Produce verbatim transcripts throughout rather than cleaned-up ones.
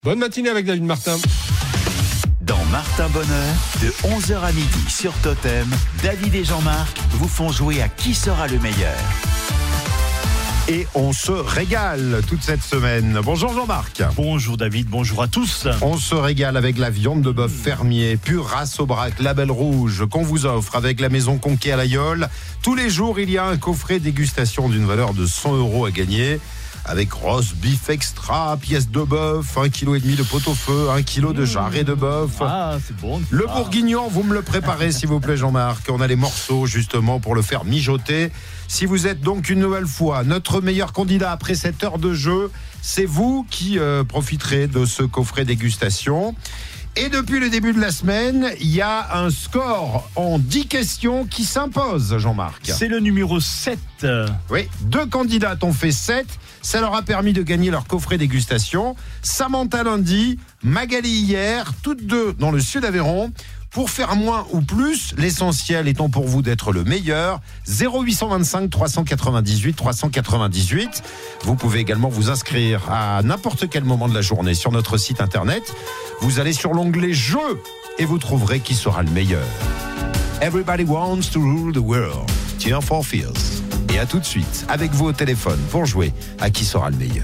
Bonne matinée avec David Martin. Dans Martin Bonheur, de onze heures à midi sur Totem, David et Jean-Marc vous font jouer à qui sera le meilleur. Et on se régale toute cette semaine. Bonjour Jean-Marc. Bonjour David, bonjour à tous. On se régale avec la viande de bœuf fermier, pure race Aubrac, label rouge, qu'on vous offre avec la maison Conquet à l'Aïeul. Tous les jours, il y a un coffret dégustation d'une valeur de cent euros à gagner. Avec roast beef extra, pièces de bœuf, un kilo et demi de pot-au-feu, un kilo de jarret de bœuf. Ah, c'est bon. Le ah. bourguignon, vous me le préparez s'il vous plaît Jean-Marc. On a les morceaux justement pour le faire mijoter. Si vous êtes donc une nouvelle fois notre meilleur candidat après cette heure de jeu, c'est vous qui euh, profiterez de ce coffret dégustation. Et depuis le début de la semaine, il y a un score en dix questions qui s'impose, Jean-Marc. C'est le numéro sept. Oui, deux candidats ont fait sept. Ça leur a permis de gagner leur coffret dégustation. Samantha lundi, Magali hier, toutes deux dans le sud d'Aveyron. Pour faire moins ou plus, l'essentiel étant pour vous d'être le meilleur. zéro huit cent vingt-cinq trois cent quatre-vingt-dix-huit trois cent quatre-vingt-dix-huit. Vous pouvez également vous inscrire à n'importe quel moment de la journée sur notre site internet. Vous allez sur l'onglet Jeux et vous trouverez qui sera le meilleur. Everybody wants to rule the world. Tears for Fears. Et à tout de suite, avec vous au téléphone pour jouer à qui sera le meilleur.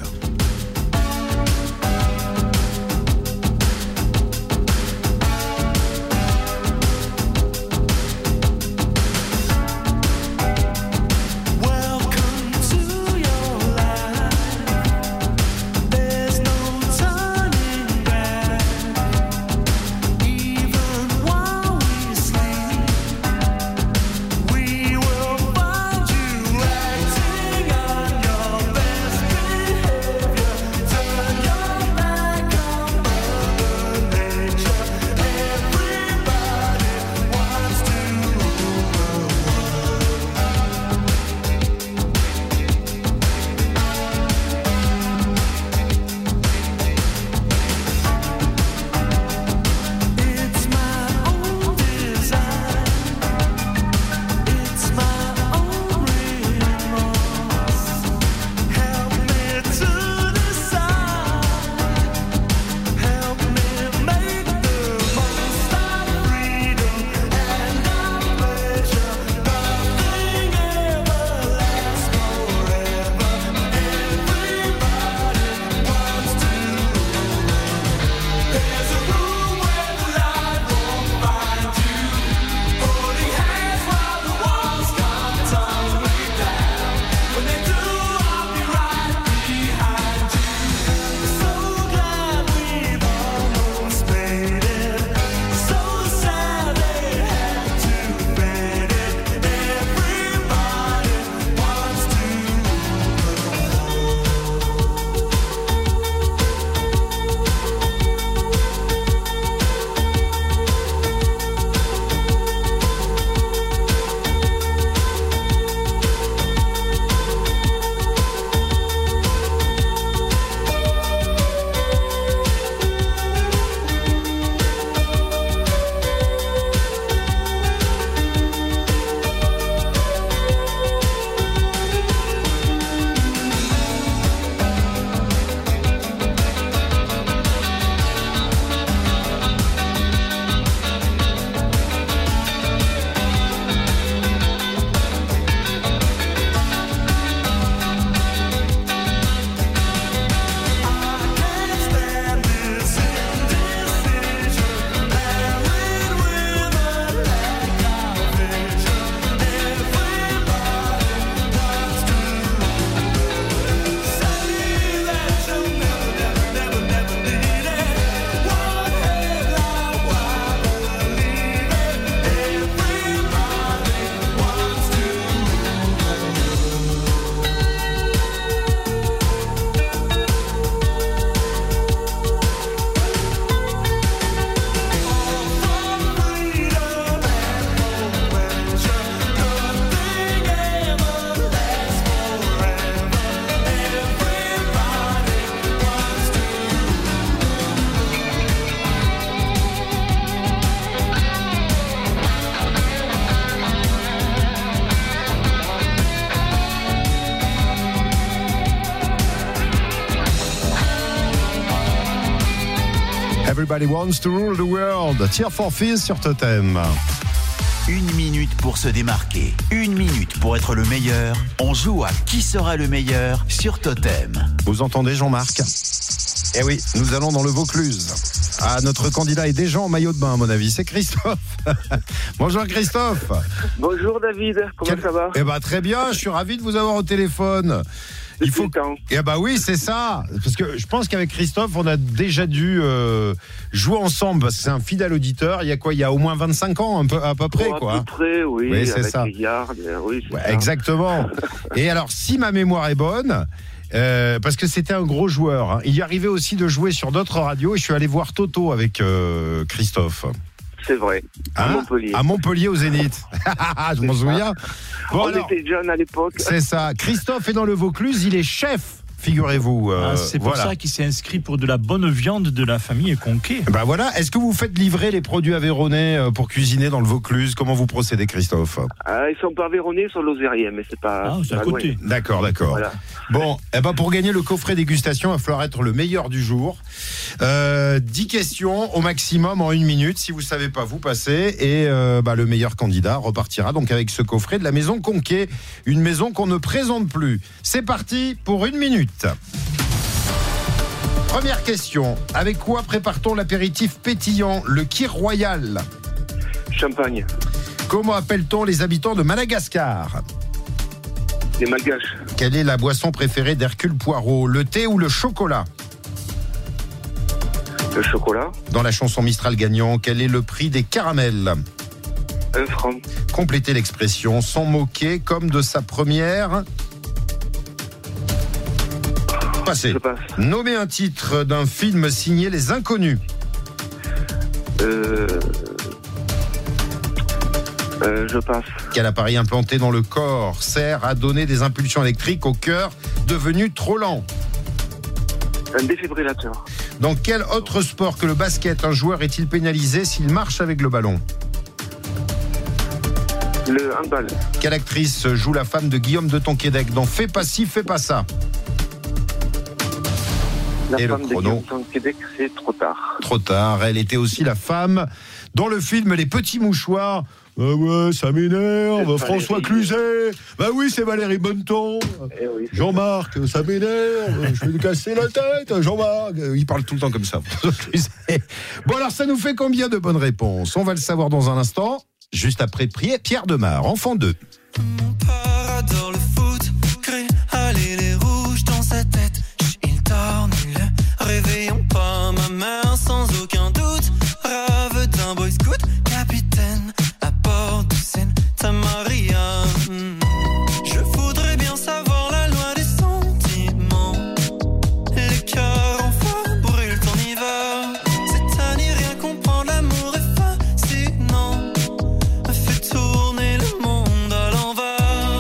Everybody wants to rule the world. Tears for Fears sur Totem. Une minute pour se démarquer, une minute pour être le meilleur. On joue à qui sera le meilleur sur Totem. Vous entendez Jean-Marc ? Eh oui, nous allons dans le Vaucluse. Ah, notre candidat est déjà en maillot de bain, à mon avis. C'est Christophe. Bonjour Christophe. Bonjour David, comment Quel... ça va ? Eh ben très bien, je suis ravi de vous avoir au téléphone. Il faut. Eh ben oui, c'est ça. Parce que je pense qu'avec Christophe, on a déjà dû euh, jouer ensemble. Parce que c'est un fidèle auditeur. Il y a quoi ? Il y a au moins vingt-cinq ans, un peu, à peu près, oh, quoi. À peu près, oui. Oui, c'est avec ça. Yard, oui, c'est ouais, ça. Exactement. Et alors, si ma mémoire est bonne. Euh, parce que c'était un gros joueur. Hein. Il y arrivait aussi de jouer sur d'autres radios. Et je suis allé voir Toto avec euh, Christophe. C'est vrai. À hein Montpellier. À Montpellier, au Zénith. Je m'en souviens. Bon, On alors, était jeunes à l'époque. c'est ça. Christophe est dans le Vaucluse. Il est chef, figurez-vous. Euh, Ah, c'est pour voilà. ça qu'il s'est inscrit pour de la bonne viande de la famille Conquet. Ben voilà. Est-ce que vous faites livrer les produits aveyronnais euh, pour cuisiner dans le Vaucluse ? Comment vous procédez, Christophe ? Ah, ils sont pas aveyronnais, ils sont lozériens, mais c'est pas. Ah, c'est à pas côté. loin. D'accord, d'accord. Voilà. Bon, eh ben pour gagner le coffret dégustation, il va falloir être le meilleur du jour. Euh, dix questions au maximum en une minute. Si vous ne savez pas, vous passez. Et euh, bah, le meilleur candidat repartira donc avec ce coffret de la maison Conquet. Une maison qu'on ne présente plus. C'est parti pour une minute. Première question. Avec quoi prépare-t-on l'apéritif pétillant, le Kir Royal ? Champagne. Comment appelle-t-on les habitants de Madagascar ? Les Malgaches. Quelle est la boisson préférée d'Hercule Poirot ? Le thé ou le chocolat ? Le chocolat. Dans la chanson Mistral gagnant, quel est le prix des caramels ? Un franc. Complétez l'expression sans moquer comme de sa première. Passez. Je passe. Nommez un titre d'un film signé Les Inconnus. Euh... Euh, je passe. Quel appareil implanté dans le corps sert à donner des impulsions électriques au cœur devenu trop lent ? Un défibrillateur. Dans quel autre sport que le basket un joueur est-il pénalisé s'il marche avec le ballon ? Le handball. Quelle actrice joue la femme de Guillaume de Tonquédec dans Fais pas ci, fais pas ça ? La Et le femme de chrono. Guillaume Québec, c'est trop tard. Trop tard, elle était aussi la femme dans le film Les Petits Mouchoirs. Ah ouais, ça m'énerve, C'est François Valérie. Cluzet. Bah oui, c'est Valérie Bonneton. Eh oui, c'est Jean-Marc, ça m'énerve, je vais lui casser la tête, Jean-Marc. Il parle tout le temps comme ça, François Cluzet. Bon, alors ça nous fait combien de bonnes réponses ? On va le savoir dans un instant, juste après Pierre Demar, enfant deux. Mon père adore le foot, crée aller les rouges dans sa tête. Chut, il dort, ne le réveillons pas. Ma mère sans aucun doute rêve d'un boy scout, capitaine à bord de Santa Maria. Hmm. Je voudrais bien savoir la loi des sentiments. Les cœurs en feu brûlent en hiver. C'est à n'y rien comprendre, l'amour est fascinant. Fait tourner le monde à l'envers.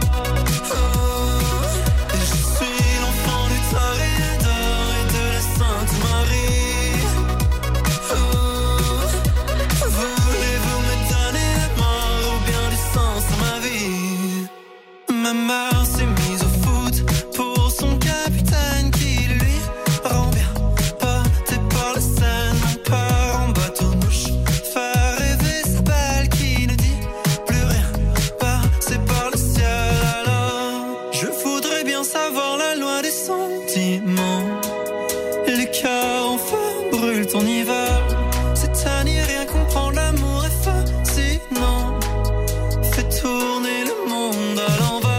Oh, et je suis l'enfant du Toréador et de la Sainte Marie. Oh, voulez-vous me donner la mort ou bien du sens à ma vie? Ma mère s'est mise au foot pour son capitaine qui lui rend bien porté par la Seine. Mon père en bateau-mouche fait rêver sa belle qui ne dit plus rien, passé par le ciel. Alors je voudrais bien savoir la loi des sentiments. Les cœurs en feu brûlent en hiver. C'est à n'y rien comprendre, l'amour est fascinant. Fait tourner le monde à l'envers.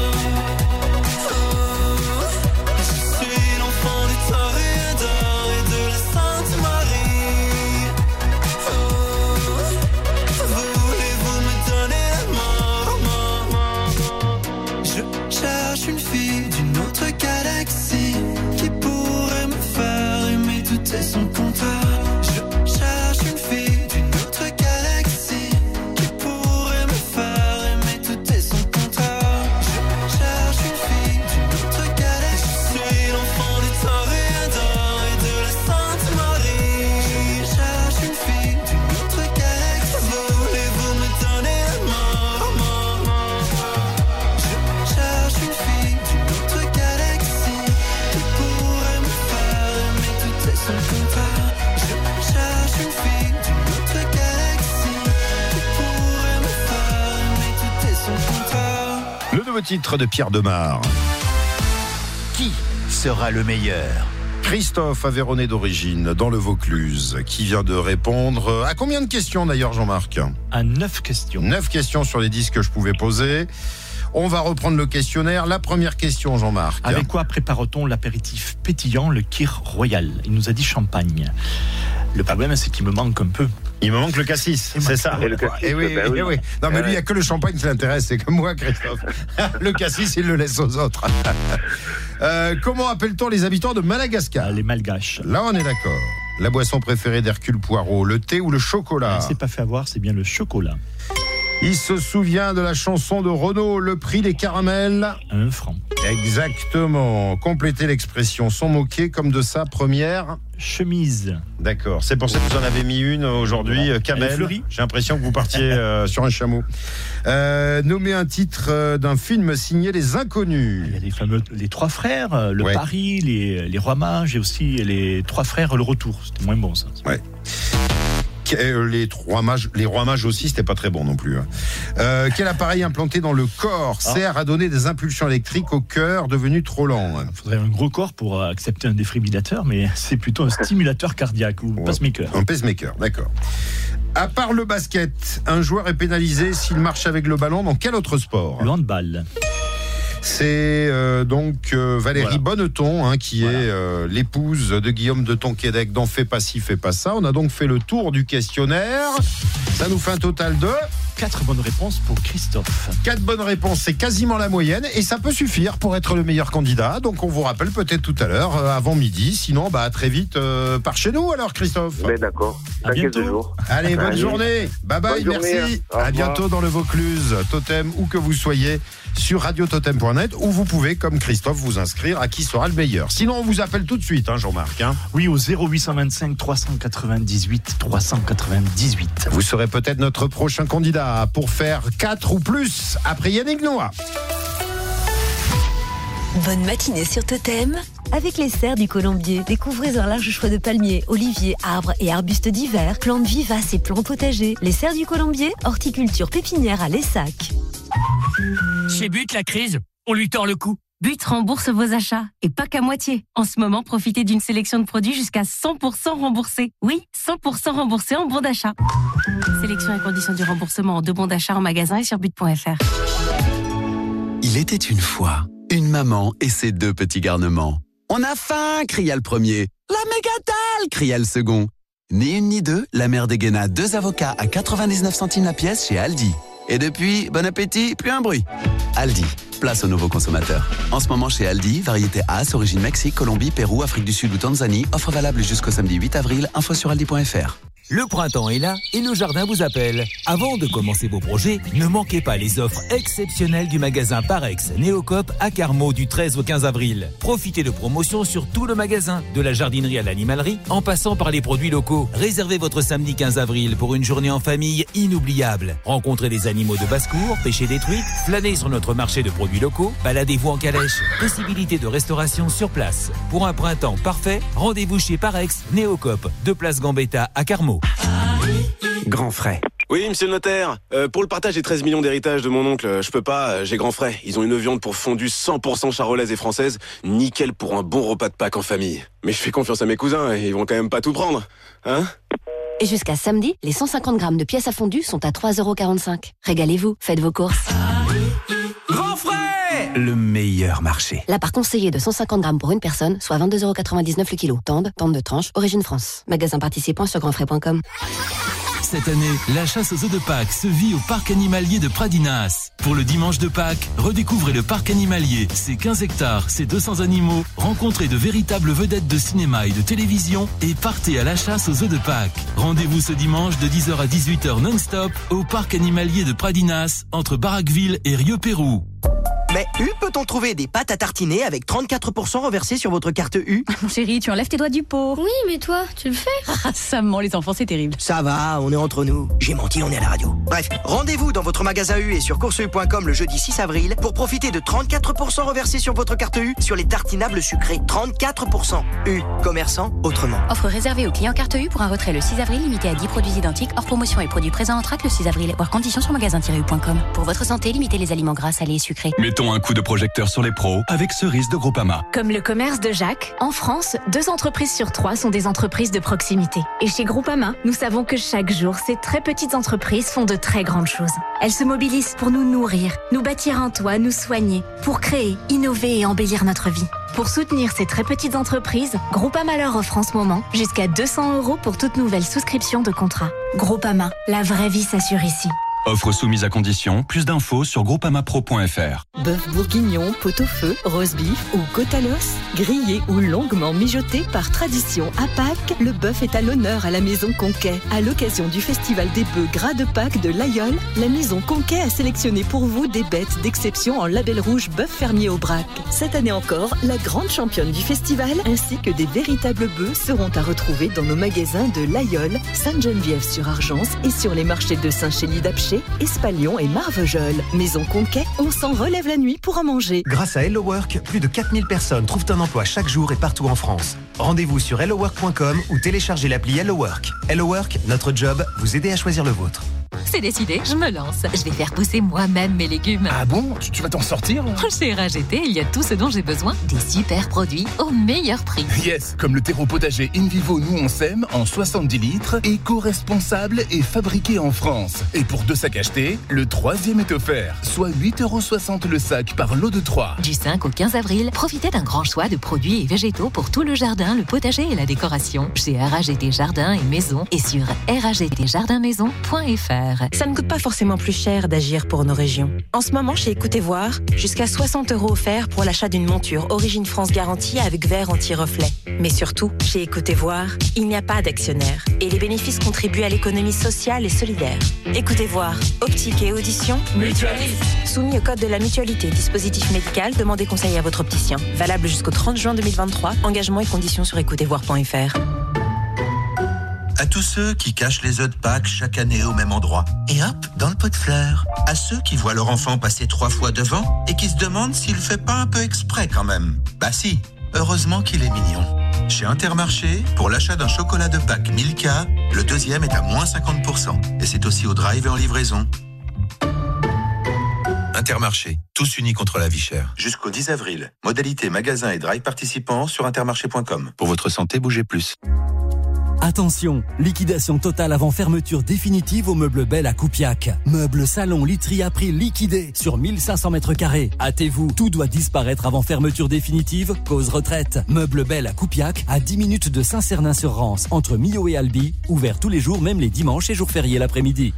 Oh, je suis l'enfant du Toréador et de la Sainte Marie. Oh, voulez-vous me donner la mort? Je cherche une fille d'une autre galaxie qui pourrait me faire aimer tout et son contraire. Je cherche une fille d'une autre galaxie qui pourrait me faire aimer tout et son contraire. Je cherche une fille d'une autre galaxie. Je suis l'enfant du Toréador et de la Sainte Marie. Je cherche une fille d'une autre galaxie. Voulez-vous me donner la mort? Je cherche une fille d'une autre galaxie qui pourrait me faire aimer tout et son contraire. nouveau titre de Pierre Demar. Qui sera le meilleur? Christophe, Aveyronais d'origine, dans le Vaucluse, qui vient de répondre à combien de questions d'ailleurs, Jean-Marc? À neuf questions. Neuf questions sur les dix que je pouvais poser. On va reprendre le questionnaire. La première question, Jean-Marc. Avec quoi prépare-t-on l'apéritif pétillant, le Kir Royal? Il nous a dit champagne. Le problème, c'est qu'il me manque un peu. Il me manque le cassis, c'est ça. Et le cassis, Eh oui, bah eh oui. oui. Non, mais Eh lui, il n'y a ouais. que le champagne qui l'intéresse, c'est comme moi, Christophe. Le cassis, il le laisse aux autres. Euh, comment appelle-t-on les habitants de Madagascar? Ah, les malgaches. Là, on est d'accord. La boisson préférée d'Hercule Poirot, le thé ou le chocolat? Il s'est pas fait avoir, c'est bien le chocolat. Il se souvient de la chanson de Renaud, le prix des caramels? À un franc. Exactement. Complétez l'expression sans moquer comme de sa première. Chemise. D'accord. C'est pour ça que vous en avez mis une aujourd'hui, Voilà. Kamel. Elle est fleurie. J'ai l'impression que vous partiez euh, sur un chameau. Euh, nommez un titre euh, d'un film signé Les Inconnus. Il y a les fameux les trois frères, euh, le Ouais. Paris, les, les Rois Mages et aussi les trois frères, le Retour. C'était moins bon ça. Ouais. Euh, Les trois mages, les rois mages aussi, c'était pas très bon non plus. hein. Euh, quel appareil implanté dans le corps Ah. sert à donner des impulsions électriques au cœur devenu trop lent? Il faudrait un gros corps pour accepter un défibrillateur, mais c'est plutôt un stimulateur cardiaque ou Ouais. pacemaker. Un pacemaker, d'accord. À part le basket, un joueur est pénalisé s'il marche avec le ballon dans quel autre sport? Le handball. C'est euh, donc euh, Valérie Voilà. Bonneton hein, qui Voilà. est euh, l'épouse de Guillaume de Tonquédec dans Fais pas ci, fais pas ça. On a donc fait le tour du questionnaire. Ça nous fait un total de Quatre bonnes réponses pour Christophe. quatre bonnes réponses. C'est quasiment la moyenne et ça peut suffire pour être le meilleur candidat. Donc on vous rappelle peut-être tout à l'heure, euh, avant midi. Sinon, bah, à très vite euh, par chez nous alors, Christophe. Ben d'accord. À Dans bientôt. quelques jours. Allez, bonne Allez. journée. Bye bye, Bonne journée, merci. hein. Au À revoir. bientôt dans le Vaucluse, Totem, où que vous soyez, sur radio totem point net, où vous pouvez, comme Christophe, vous inscrire à qui sera le meilleur. Sinon, on vous appelle tout de suite, hein, Jean-Marc. Hein. Oui, au zéro huit cent vingt-cinq trois cent quatre-vingt-dix-huit trois cent quatre-vingt-dix-huit. Vous serez peut-être notre prochain candidat pour faire quatre ou plus après Yannick Noah. Bonne matinée sur Totem. Avec les serres du Colombier, découvrez un large choix de palmiers, oliviers, arbres et arbustes divers, plantes vivaces et plantes potagers. Les serres du Colombier, horticulture pépinière à Lessac. Chez But, la crise, on lui tord le cou. But rembourse vos achats, et pas qu'à moitié. En ce moment, profitez d'une sélection de produits jusqu'à cent pour cent remboursés. Oui, cent pour cent remboursés en bon d'achat. Sélection et conditions du remboursement en deux bons d'achat en magasin et sur but point f r. Il était une fois une maman et ses deux petits garnements. On a faim, cria le premier. La mégatale, cria le second. Ni une ni deux, la mère dégaina deux avocats à quatre-vingt-dix-neuf centimes la pièce chez Aldi. Et depuis, bon appétit, plus un bruit. Aldi, place aux nouveaux consommateurs. En ce moment chez Aldi, variété As, origine Mexique, Colombie, Pérou, Afrique du Sud ou Tanzanie. Offre valable jusqu'au samedi huit avril. Info sur aldi point f r. Le printemps est là et le jardin vous appelle. Avant de commencer vos projets, ne manquez pas les offres exceptionnelles du magasin Parex Néocop à Carmaux du treize au quinze avril. Profitez de promotions sur tout le magasin, de la jardinerie à l'animalerie, en passant par les produits locaux. Réservez votre samedi quinze avril pour une journée en famille inoubliable. Rencontrez des animaux de basse-cour, pêchez des truites, flânez sur notre marché de produits locaux, baladez-vous en calèche. Possibilité de restauration sur place. Pour un printemps parfait, rendez-vous chez Parex Néocop, deux place Gambetta à Carmaux. Grand frais. Oui, monsieur le notaire. Euh, pour le partage des treize millions d'héritage de mon oncle, je peux pas, euh, j'ai grand frais. Ils ont une viande pour fondue cent pour cent charolaise et française. Nickel pour un bon repas de Pâques en famille. Mais je fais confiance à mes cousins, ils vont quand même pas tout prendre. Hein? Et jusqu'à samedi, les cent cinquante grammes de pièces à fondue sont à trois euros quarante-cinq. Régalez-vous, faites vos courses. Grand frais! Le meilleur marché. La part conseillée de cent cinquante grammes pour une personne, soit vingt-deux euros quatre-vingt-dix-neuf le kilo. Tende, tente de tranche, origine France. Magasin participant sur grand frais point com. Cette année, la chasse aux œufs de Pâques se vit au parc animalier de Pradinas. Pour le dimanche de Pâques, redécouvrez le parc animalier, ses quinze hectares, ses deux cents animaux, rencontrez de véritables vedettes de cinéma et de télévision et partez à la chasse aux œufs de Pâques. Rendez-vous ce dimanche de dix heures à dix-huit heures non-stop au parc animalier de Pradinas, entre Barraqueville et Rio-Pérou. Mais U, peut-on trouver des pâtes à tartiner avec trente-quatre pour cent reversés sur votre carte U? Mon chéri, tu enlèves tes doigts du pot. Oui, mais toi, tu le fais? Ah, ça ment, les enfants, c'est terrible. Ça va, on est entre nous. J'ai menti, on est à la radio. Bref, rendez-vous dans votre magasin U et sur course u point com le jeudi six avril pour profiter de trente-quatre pour cent reversés sur votre carte U sur les tartinables sucrés. trente-quatre pour cent. U, commerçant autrement. Offre réservée aux clients carte U pour un retrait le six avril limité à dix produits identiques hors promotion et produits présents en track le six avril. Voir conditions sur magasin tiret u point com. Pour votre santé, limitez les aliments gras, salés et sucrés. Mais Mettons un coup de projecteur sur les pros avec Cerise de Groupama. Comme le commerce de Jacques, en France, deux entreprises sur trois sont des entreprises de proximité. Et chez Groupama, nous savons que chaque jour, ces très petites entreprises font de très grandes choses. Elles se mobilisent pour nous nourrir, nous bâtir un toit, nous soigner, pour créer, innover et embellir notre vie. Pour soutenir ces très petites entreprises, Groupama leur offre en ce moment jusqu'à deux cents euros pour toute nouvelle souscription de contrat. Groupama, la vraie vie s'assure ici. Offre soumise à condition. Plus d'infos sur groupamapro point f r. Bœuf bourguignon, pot-au-feu, roast beef ou côte à l'os, grillé ou longuement mijoté par tradition à Pâques, le bœuf est à l'honneur à la Maison Conquet. À l'occasion du Festival des bœufs gras de Pâques de l'Aïeul, la Maison Conquet a sélectionné pour vous des bêtes d'exception en label rouge bœuf fermier Aubrac. Cette année encore, la grande championne du festival ainsi que des véritables bœufs seront à retrouver dans nos magasins de l'Aïeul, Sainte-Geneviève-sur-Argence et sur les marchés de Saint-Chély-d'Apcher, Espalion et Marvejols. Maison Conquet, on s'en relève la nuit pour en manger. Grâce à Hello Work, plus de quatre mille personnes trouvent un emploi chaque jour et partout en France. Rendez-vous sur hello work point com ou téléchargez l'appli Hello Work. Hello Work, notre job, vous aider à choisir le vôtre. C'est décidé, je me lance. Je vais faire pousser moi-même mes légumes. Ah bon? Tu, tu vas t'en sortir? Chez R A G T, il y a tout ce dont j'ai besoin. Des super produits au meilleur prix. Yes, comme le terreau potager In Vivo Nous on sème en soixante-dix litres, éco-responsable et fabriqué en France. Et pour deux sacs achetés, le troisième est offert, soit huit euros soixante le sac par lot de trois. Du cinq au quinze avril, profitez d'un grand choix de produits et végétaux pour tout le jardin, le potager et la décoration. Chez R A G T Jardin et Maison et sur r a g t jardin maison point f r. Ça ne coûte pas forcément plus cher d'agir pour nos régions. En ce moment, chez Écoutez Voir, jusqu'à soixante euros offerts pour l'achat d'une monture Origine France garantie avec verre anti-reflet. Mais surtout, chez Écoutez Voir, il n'y a pas d'actionnaire et les bénéfices contribuent à l'économie sociale et solidaire. Écoutez Voir, optique et audition, Mutualise. Soumis au code de la mutualité, dispositif médical, demandez conseil à votre opticien. Valable jusqu'au trente juin deux mille vingt-trois. Engagement et conditions sur écoutez voir point f r. À tous ceux qui cachent les œufs de Pâques chaque année au même endroit. Et hop, dans le pot de fleurs. À ceux qui voient leur enfant passer trois fois devant et qui se demandent s'il le fait pas un peu exprès quand même. Bah si, heureusement qu'il est mignon. Chez Intermarché, pour l'achat d'un chocolat de Pâques Milka, le deuxième est à moins cinquante pour cent. Et c'est aussi au drive et en livraison. Intermarché, tous unis contre la vie chère. Jusqu'au dix avril. Modalité magasin et drive participants sur intermarché point com. Pour votre santé, bougez plus. Attention, liquidation totale avant fermeture définitive au meuble Belle à Coupiac. Meubles, salon, literie à prix liquidé sur mille cinq cents mètres carrés. Hâtez-vous, tout doit disparaître avant fermeture définitive, cause retraite. Meuble Belle à Coupiac, à dix minutes de Saint-Cernin-sur-Rance, entre Millau et Albi, ouvert tous les jours, même les dimanches et jours fériés l'après-midi.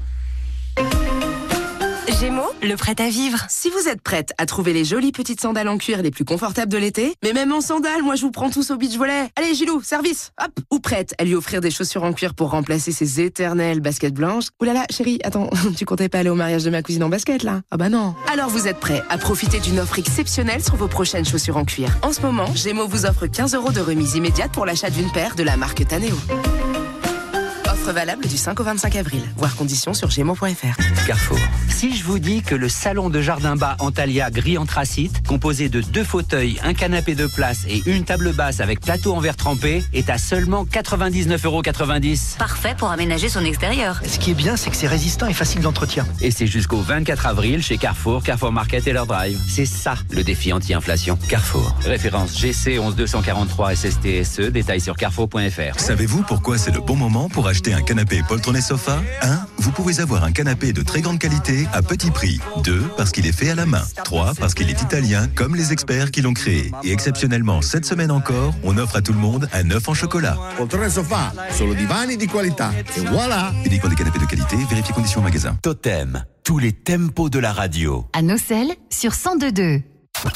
Gémeaux, le prêt à vivre. Si vous êtes prête à trouver les jolies petites sandales en cuir les plus confortables de l'été, mais même en sandales, moi je vous prends tous au beach volley. Allez Gilou, service, hop. Ou prête à lui offrir des chaussures en cuir pour remplacer ses éternelles baskets blanches. Ouh là là, chérie, attends, tu comptais pas aller au mariage de ma cousine en basket là? Ah bah non. Alors vous êtes prêts à profiter d'une offre exceptionnelle sur vos prochaines chaussures en cuir. En ce moment, Gémeaux vous offre quinze euros de remise immédiate pour l'achat d'une paire de la marque Taneo. Offre valable du cinq au vingt-cinq avril. Voir conditions sur gémeaux point f r. Carrefour. Si je vous dis que le salon de jardin bas Antalya gris anthracite, composé de deux fauteuils, un canapé de place et une table basse avec plateau en verre trempé, est à seulement quatre-vingt-dix-neuf euros quatre-vingt-dix. Parfait pour aménager son extérieur. Ce qui est bien, c'est que c'est résistant et facile d'entretien. Et c'est jusqu'au vingt-quatre avril chez Carrefour, Carrefour Market et leur drive. C'est ça, le défi anti-inflation. Carrefour. Référence G C onze deux cent quarante-trois S S T S E. Détails sur carrefour point f r. Savez-vous pourquoi c'est le bon moment pour acheter un canapé poltronné sofa? un. Vous pouvez avoir un canapé de très grande qualité à petit prix. deux. Parce qu'il est fait à la main. trois. Parce qu'il est italien comme les experts qui l'ont créé. Et exceptionnellement, cette semaine encore, on offre à tout le monde un œuf en chocolat. Poltrone sofa, solo divani di qualità. Et voilà. Uniquement des canapés de qualité, vérifiez conditions au magasin. Totem, tous les tempos de la radio. À Nocelles sur cent deux virgule deux.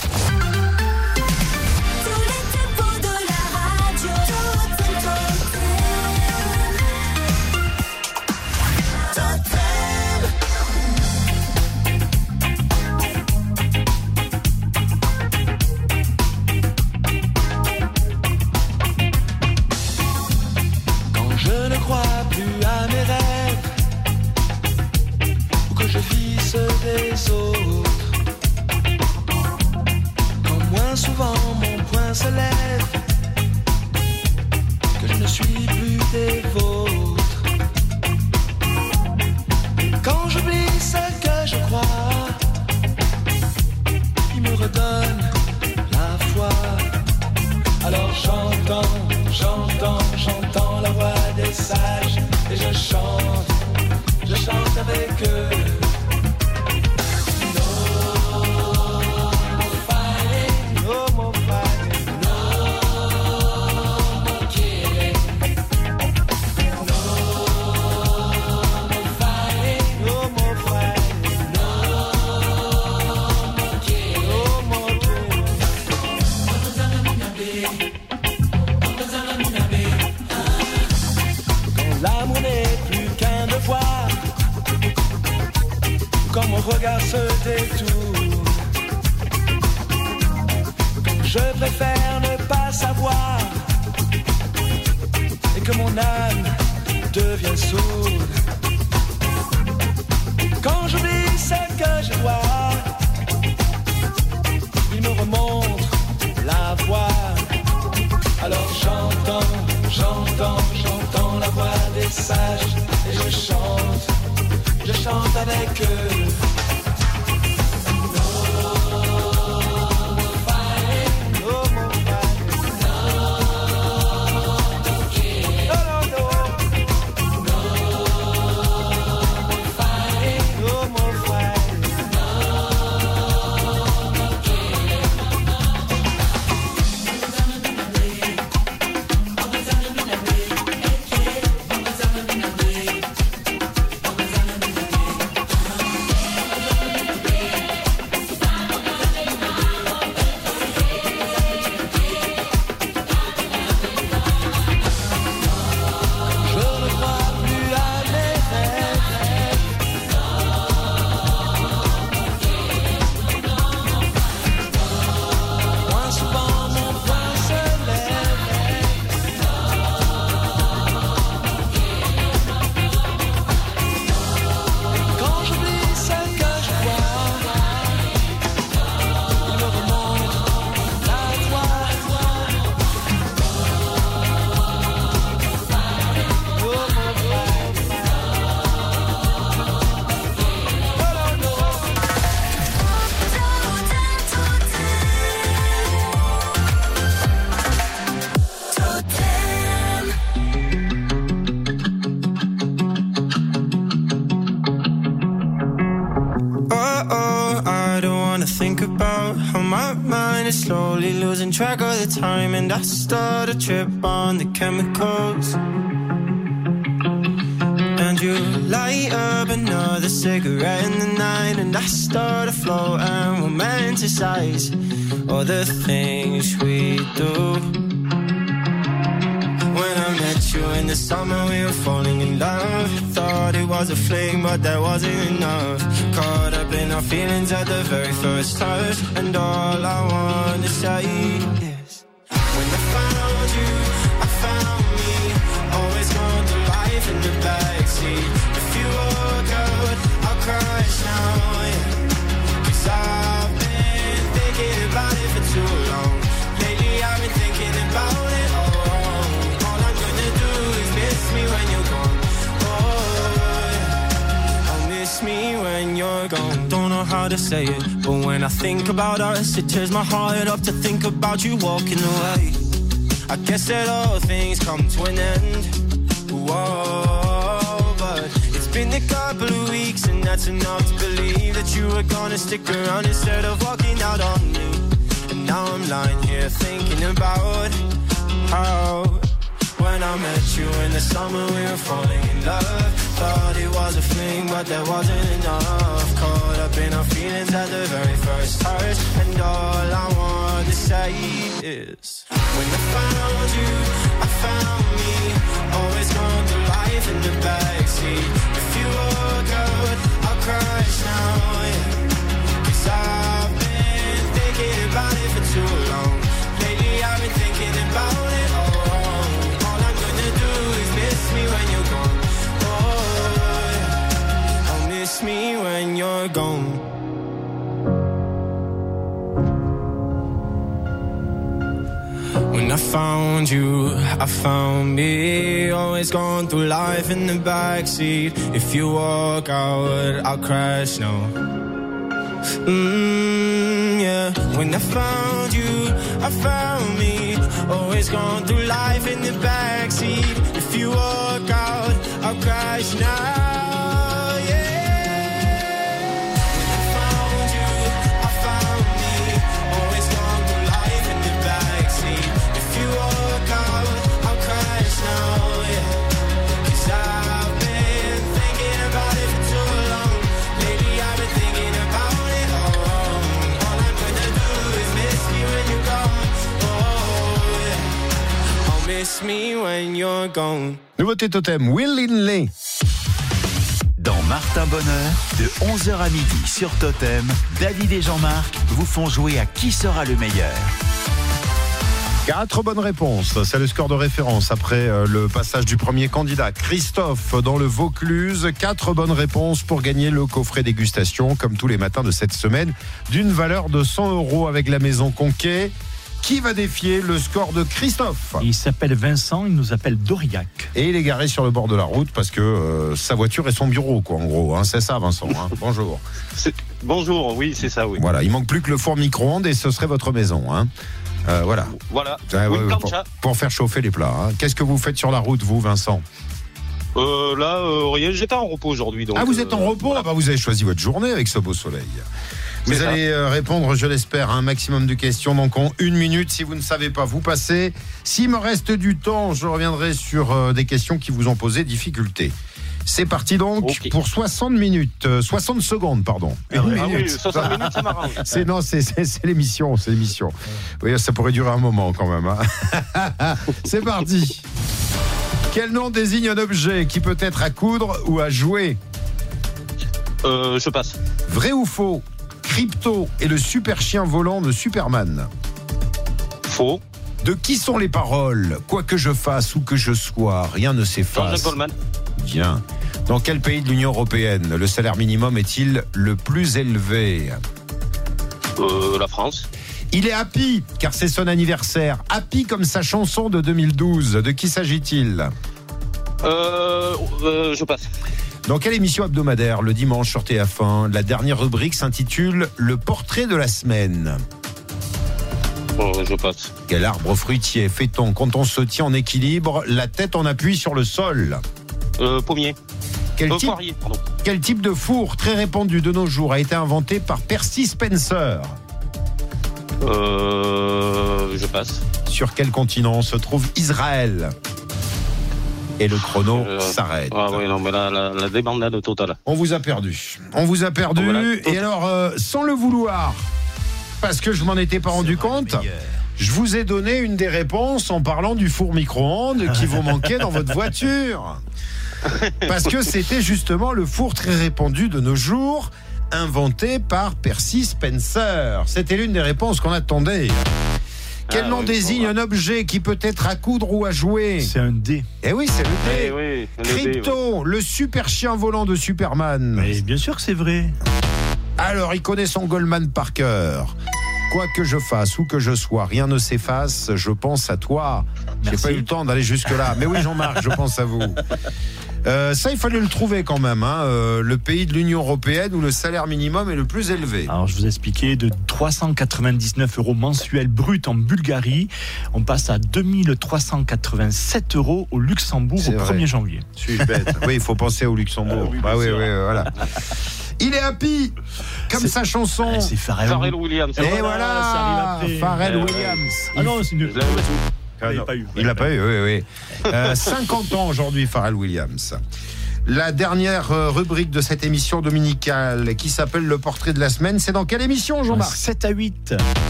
Des autres. Quand moins souvent mon poing se lève, que je ne suis plus des vôtres. Quand j'oublie ce que je crois, il J'entends la voix des sages et je chante, je chante avec eux. Quand mon regard se détourne, je préfère ne pas savoir et que mon âme devient sourde. Quand j'oublie ce que je vois, il me remonte la voix. Alors j'entends, j'entends, j'entends la voix des sages et je chante, je chante avec eux. Track of the time and I start a trip on the chemicals. And you light up another cigarette in the night and I start to float and romanticize all the things we do. When I met you in the summer we were falling in love. Thought it was a fling but that wasn't enough. Caught up in our feelings at the very first touch. And all I want to say is when I found you, I found me. Always gone through life in the backseat. If you walk out, I'll crash now, yeah. Cause I've been thinking about it for too long. Lately I've been thinking about it all wrong. All I'm gonna do is miss me when you're gone. Oh, yeah. I'll miss me when you're gone. Don't know how to say it, but when I think about us, it tears my heart up to think about you walking away. I guess that all things come to an end. Whoa, but it's been a couple of weeks and that's enough to believe that you were gonna stick around instead of walking out on me. And now I'm lying here thinking about how when I met you in the summer we were falling in love. Thought it was a fling but that wasn't enough. Caught up in our feelings at the very first touch. And all I want to say is when I found you, I found me. Always gone through life in the backseat. If you walk out, I'll crash now, yeah. Cause I've been thinking about it for too long. Lately I've been thinking about it all wrong. All I'm gonna do is miss me when you're gone. Oh, yeah. I'll miss me when you're gone. When I found you, I found me. Always going through life in the backseat. If you walk out, I'll crash now. Mm, yeah. When I found you, I found me. Always gone through life in the backseat. If you walk out, I'll crash now. Yeah. When I found you, I found me. Always gone through life in the backseat. If you walk out, I'll crash now. Yeah. 'Cause I've been thinking about it for too long. Lately I've been thinking about it all wrong. All I'm gonna do is miss you when you're gone. Oh yeah. I'll miss me when you're gone. Nouveauté Totem, Will Linley. Dans Martin Bonheur, de onze heures à midi sur Totem, David et Jean-Marc vous font jouer à qui sera le meilleur. Quatre bonnes réponses, c'est le score de référence après euh, le passage du premier candidat, Christophe, dans le Vaucluse. Quatre bonnes réponses pour gagner le coffret dégustation, comme tous les matins de cette semaine, d'une valeur de cent euros avec la maison Conquet. Qui va défier le score de Christophe? Il s'appelle Vincent, il nous appelle Doriac. Et il est garé sur le bord de la route parce que euh, sa voiture est son bureau, quoi, en gros. Hein. C'est ça, Vincent. Hein. Bonjour. C'est... Bonjour, oui, c'est ça, oui. Voilà, il manque plus que le four micro-ondes et ce serait votre maison. Hein. Euh, voilà. Voilà. Euh, oui, pour, pour faire chauffer les plats. Hein. Qu'est-ce que vous faites sur la route, vous, Vincent? euh, Là, euh, rien. J'étais en repos aujourd'hui. Donc, ah, vous êtes en euh, repos voilà. Ah bah, vous avez choisi votre journée avec ce beau soleil. Vous C'est allez ça. répondre, je l'espère, à un maximum de questions. Donc, en une minute, si vous ne savez pas, vous passez. S'il me reste du temps, je reviendrai sur euh, des questions qui vous ont posé difficulté. C'est parti donc okay. pour soixante minutes, euh, soixante secondes, pardon. Ah, oui, ah oui, soixante minutes, ça m'arrange. C'est, non, c'est, c'est, c'est l'émission, c'est l'émission. Oui, ça pourrait durer un moment quand même. Hein. C'est parti. Quel nom désigne un objet qui peut être à coudre ou à jouer? euh, Je passe. Vrai ou faux? Crypto est le super chien volant de Superman. Faux. De qui sont les paroles? Quoi que je fasse ou que je sois, rien ne s'efface. Jean-Jacques Goldman. Bien. Dans quel pays de l'Union européenne le salaire minimum est-il le plus élevé? euh, La France. Il est happy, car c'est son anniversaire. Happy comme sa chanson de deux mille douze. De qui s'agit-il? euh, euh, Je passe. Dans quelle émission hebdomadaire, le dimanche sur T F un, la dernière rubrique s'intitule « Le portrait de la semaine » oh, je passe. Quel arbre fruitier fait-on quand on se tient en équilibre, la tête en appui sur le sol? euh, Pommier. Quel, euh, type, poirier, pardon. Quel type de four très répandu de nos jours a été inventé par Percy Spencer? euh, Je passe. Sur quel continent se trouve Israël? Et le chrono euh, s'arrête. Ah oui, non, mais là, la, la débandade totale. On vous a perdu. On vous a perdu. Oh, voilà. Et alors, euh, sans le vouloir, parce que je m'en étais pas rendu compte, je vous ai donné une des réponses en parlant du four micro-ondes qui vous manquait dans votre voiture. Parce que c'était justement le four très répandu de nos jours, inventé par Percy Spencer. C'était l'une des réponses qu'on attendait. Quel ah, nom oui, désigne un objet qui peut être à coudre ou à jouer? C'est un dé. Eh oui, c'est le dé. Eh oui, le Crypto, dé, oui. Le super chien volant de Superman. Mais bien sûr que c'est vrai. Alors, il connaît son Goldman par cœur. Quoi que je fasse, où que je sois, rien ne s'efface, je pense à toi. Merci. J'ai pas eu le temps d'aller jusque-là. Mais oui, Jean-Marc, je pense à vous. Euh, ça, il fallait le trouver quand même. Hein. Euh, le pays de l'Union européenne où le salaire minimum est le plus élevé. Alors, je vous ai expliqué, de trois cent quatre-vingt-dix-neuf euros mensuels bruts en Bulgarie, on passe à deux mille trois cent quatre-vingt-sept euros au Luxembourg c'est au vrai. premier janvier. Suis-je bête? Oui, il faut penser au Luxembourg. Euh, oui, bah, oui, oui, voilà. Il est happy, comme c'est, sa chanson. Ah, c'est Pharrell, Pharrell Williams. Et voilà, Pharrell Williams. Ah non, c'est une... Ah il l'a pas eu. Il l'a pas eu, oui, oui. Euh, cinquante ans aujourd'hui, Pharrell Williams. La dernière rubrique de cette émission dominicale qui s'appelle Le portrait de la semaine, c'est dans quelle émission, Jean-Marc? sept à huit.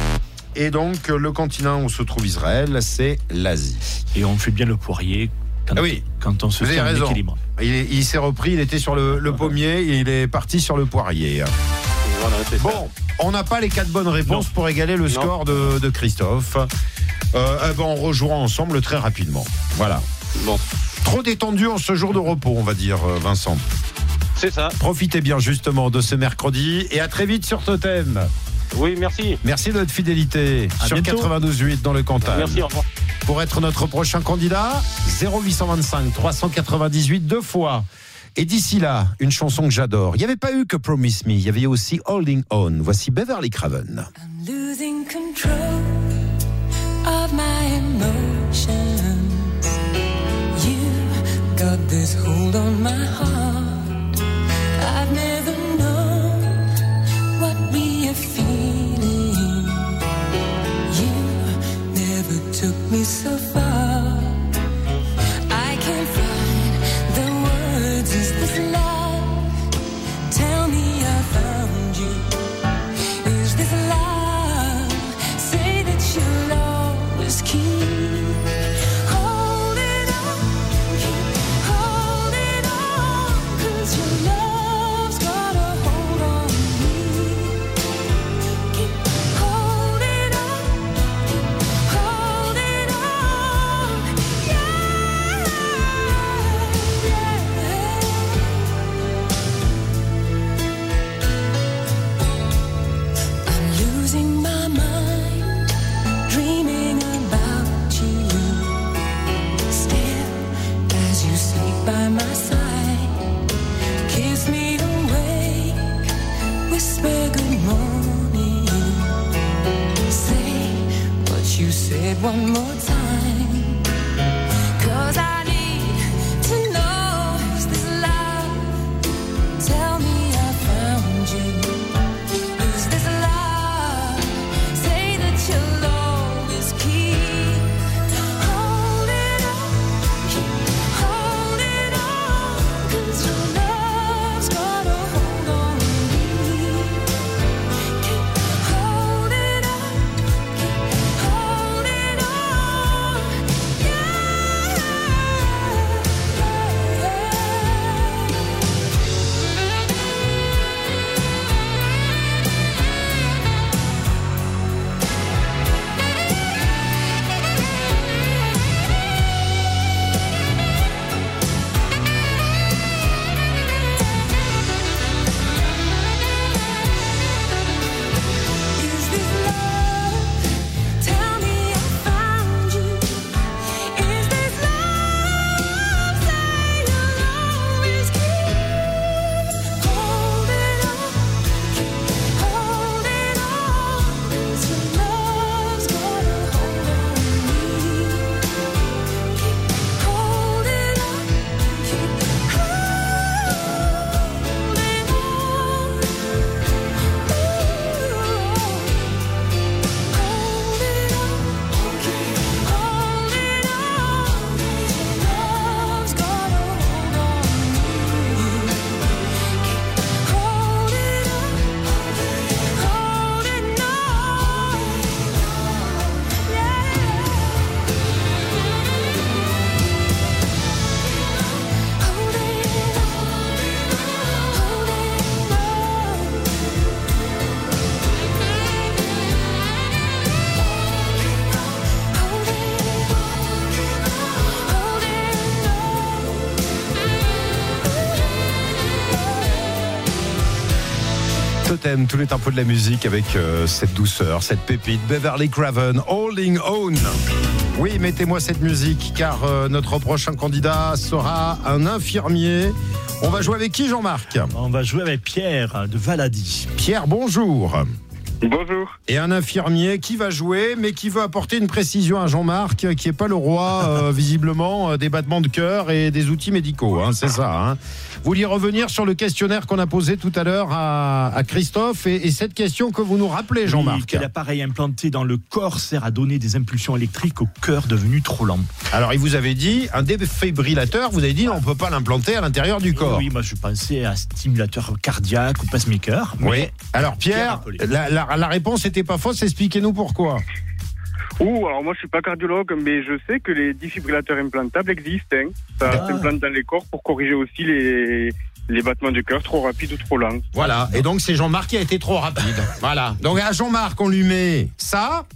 Et donc, le continent où se trouve Israël, c'est l'Asie. Et on fait bien le poirier quand, ah oui. quand on se fait en équilibre. Il, est, il s'est repris, il était sur le, le pommier et il est parti sur le poirier. Voilà, bon, on n'a pas les quatre bonnes réponses non. pour égaler le non. score de, de Christophe. Euh, eh ben on rejouera ensemble très rapidement. Voilà. Bon. Trop détendu en ce jour de repos, on va dire, Vincent. C'est ça. Profitez bien justement de ce mercredi et à très vite sur Totem. Oui, merci. Merci de votre fidélité à sur quatre-vingt-douze virgule huit dans le Cantal. Merci, au revoir. Pour être notre prochain candidat, zéro huit cent vingt-cinq trois cent quatre-vingt-dix-huit deux fois. Et d'ici là, une chanson que j'adore. Il n'y avait pas eu que Promise Me, il y avait aussi Holding On. Voici Beverly Craven. I'm losing control of my emotions. You got this hold on my heart. I've never known what we are feeling. You never took me so far. I can't find the words. Is this love? Tell me I found you. Is this love? Say that you'll always keep holding on, keep holding on, 'cause your love's got a hold on me. Keep holding on, keep holding on, yeah, yeah. I'm losing my mind, dreaming about you. Still, as you sleep by my side, kiss me awake, whisper good morning. Say what you said one more time, 'cause I need to know, is this love? Tell me I found you. Is this love? Say that you'll always keep holding on, keep holding on, 'cause your love's got a hold on me. Keep holding on, keep holding on, is this love? Tell me I found you. Is this love? Say you'll always keep holding on, keep holding on, 'cause your love's got a hold on me. Keep holding on, keep holding Totem, tous les tempos de la musique avec euh, cette douceur, cette pépite. Beverly Craven, Holding On. Oui, mettez-moi cette musique car euh, notre prochain candidat sera un infirmier. On va jouer avec qui, Jean-Marc? On va jouer avec Pierre de Valady. Pierre, bonjour. Bonjour. Et un infirmier qui va jouer, mais qui veut apporter une précision à Jean-Marc, qui n'est pas le roi, euh, visiblement, euh, des battements de cœur et des outils médicaux. Hein, c'est ça. Hein. Vous vouliez revenir sur le questionnaire qu'on a posé tout à l'heure à, à Christophe et, et cette question que vous nous rappelez, Jean-Marc. Oui, quel appareil implanté dans le corps sert à donner des impulsions électriques au cœur devenu trop lent? Alors, il vous avait dit un défibrillateur, vous avez dit on ne peut pas l'implanter à l'intérieur du corps. Oui, moi je pensais à stimulateur cardiaque ou pacemaker. Oui. Alors, Pierre, Pierre la, la, la réponse n'était pas fausse, expliquez-nous pourquoi. Ouh, alors moi je suis pas cardiologue, mais je sais que les défibrillateurs implantables existent. Hein. Ça ah. s'implante dans les corps pour corriger aussi les, les battements du cœur trop rapides ou trop lents. Voilà, et donc c'est Jean-Marc qui a été trop rapide. Voilà, donc à Jean-Marc on lui met ça,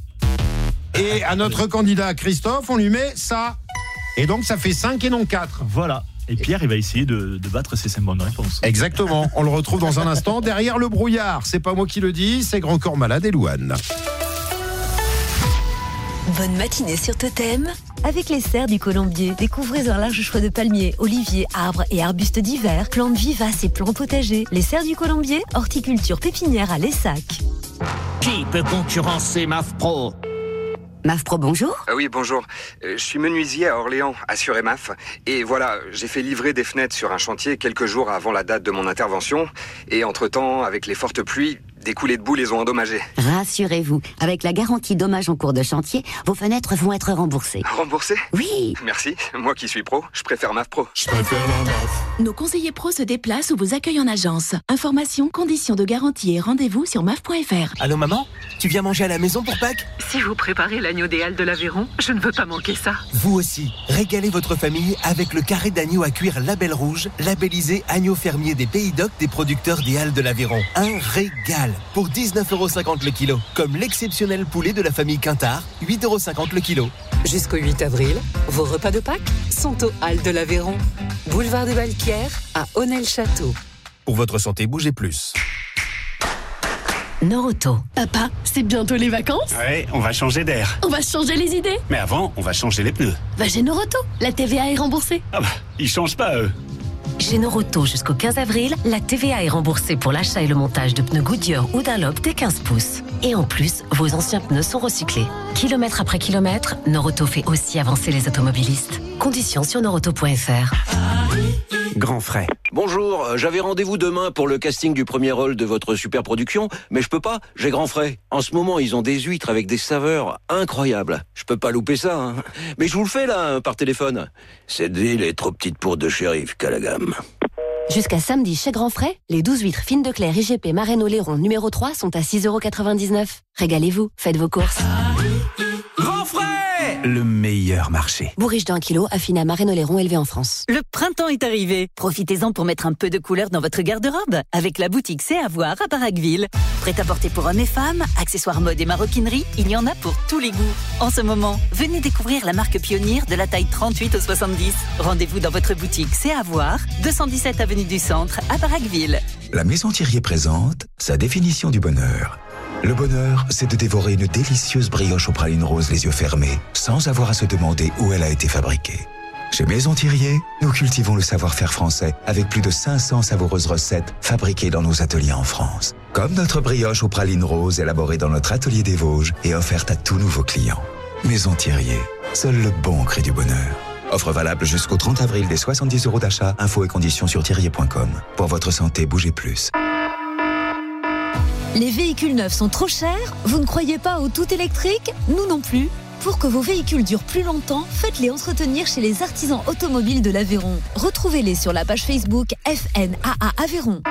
et à notre candidat Christophe on lui met ça. Et donc ça fait cinq et non quatre. Voilà. Et Pierre, il va essayer de, de battre ses cinq bonnes réponses. Exactement. On le retrouve dans un instant derrière le brouillard. C'est pas moi qui le dis, c'est Grand Corps Malade et Louane. Bonne matinée sur Totem. avec les serres du Colombier. Découvrez un large choix de palmiers, oliviers, arbres et arbustes divers, plantes vivaces et plants potagers. Les serres du Colombier, horticulture pépinière à Lessac. Qui peut concurrencer MAFPRO? MAFPRO, bonjour. Ah oui, bonjour. Euh, je suis menuisier à Orléans, assuré M A F. Et voilà, j'ai fait livrer des fenêtres sur un chantier quelques jours avant la date de mon intervention. Et entre-temps, avec les fortes pluies, des coulées de boue les ont endommagées. Rassurez-vous, avec la garantie dommage en cours de chantier, vos fenêtres vont être remboursées. Remboursées? Oui. Merci. Moi qui suis pro, je préfère MAFPRO. Je préfère la M A F. Nos conseillers pros se déplacent ou vous accueillent en agence. Informations, conditions de garantie et rendez-vous sur M A F point F R. Allô maman, tu viens manger à la maison pour Pâques? Si vous préparez l'agneau des Halles de l'Aveyron, je ne veux pas manquer ça. Vous aussi, régalez votre famille avec le carré d'agneau à cuire Label Rouge, labellisé agneau fermier des Pays d'Oc des producteurs des Halles de l'Aveyron. Un régal pour dix-neuf euros cinquante le kilo. Comme l'exceptionnel poulet de la famille Quintard, huit euros cinquante le kilo. Jusqu'au huit avril, vos repas de Pâques sont aux Halles de l'Aveyron. Boulevard des Balquières à Honnay-le-Château. Pour votre santé, bougez plus. Noroto. Papa, c'est bientôt les vacances? Ouais, on va changer d'air. On va changer les idées. Mais avant, on va changer les pneus. Va chez Noroto, la T V A est remboursée. Ah bah, ils changent pas eux. Chez Noroto jusqu'au quinze avril, la T V A est remboursée pour l'achat et le montage de pneus Goodyear ou Dunlop des quinze pouces. Et en plus, vos anciens pneus sont recyclés. Kilomètre après kilomètre, Noroto fait aussi avancer les automobilistes. Conditions sur noroto point F R. Grand frais. Bonjour, j'avais rendez-vous demain pour le casting du premier rôle de votre super production, mais je peux pas, j'ai grand frais. En ce moment, ils ont des huîtres avec des saveurs incroyables. Je peux pas louper ça, hein. Mais je vous le fais là, par téléphone. Cette ville est trop petite pour deux shérifs, Calagam. Jusqu'à samedi chez Grand Frais, les douze huîtres fines de Claire I G P Marraine-Oléron numéro trois sont à six euros quatre-vingt-dix-neuf. Régalez-vous, faites vos courses. Grand frais! Le meilleur marché. Bourriche d'un kilo, affiné à Marraine-Oléron, élevé en France. Le printemps est arrivé. Profitez-en pour mettre un peu de couleur dans votre garde-robe avec la boutique C'est à voir à Barraqueville. Prêt-à-porter pour hommes et femmes, accessoires mode et maroquinerie, il y en a pour tous les goûts. En ce moment, venez découvrir la marque pionnière de la taille trente-huit au soixante-dix. Rendez-vous dans votre boutique C'est à voir, deux cent dix-sept avenue du Centre à Barraqueville. La Maison Thirier présente sa définition du bonheur. Le bonheur, c'est de dévorer une délicieuse brioche aux pralines roses les yeux fermés, sans avoir à se demander où elle a été fabriquée. Chez Maison Thirier, nous cultivons le savoir-faire français avec plus de cinq cents savoureuses recettes fabriquées dans nos ateliers en France. Comme notre brioche aux pralines roses élaborée dans notre atelier des Vosges et offerte à tous nouveaux clients. Maison Thirier, seul le bon crée du bonheur. Offre valable jusqu'au trente avril des soixante-dix euros d'achat. Infos et conditions sur thirier point com. Pour votre santé, bougez plus. Les véhicules neufs sont trop chers? Vous ne croyez pas au tout électrique? Nous non plus. Pour que vos véhicules durent plus longtemps, faites-les entretenir chez les artisans automobiles de l'Aveyron. Retrouvez-les sur la page Facebook F N A A Aveyron.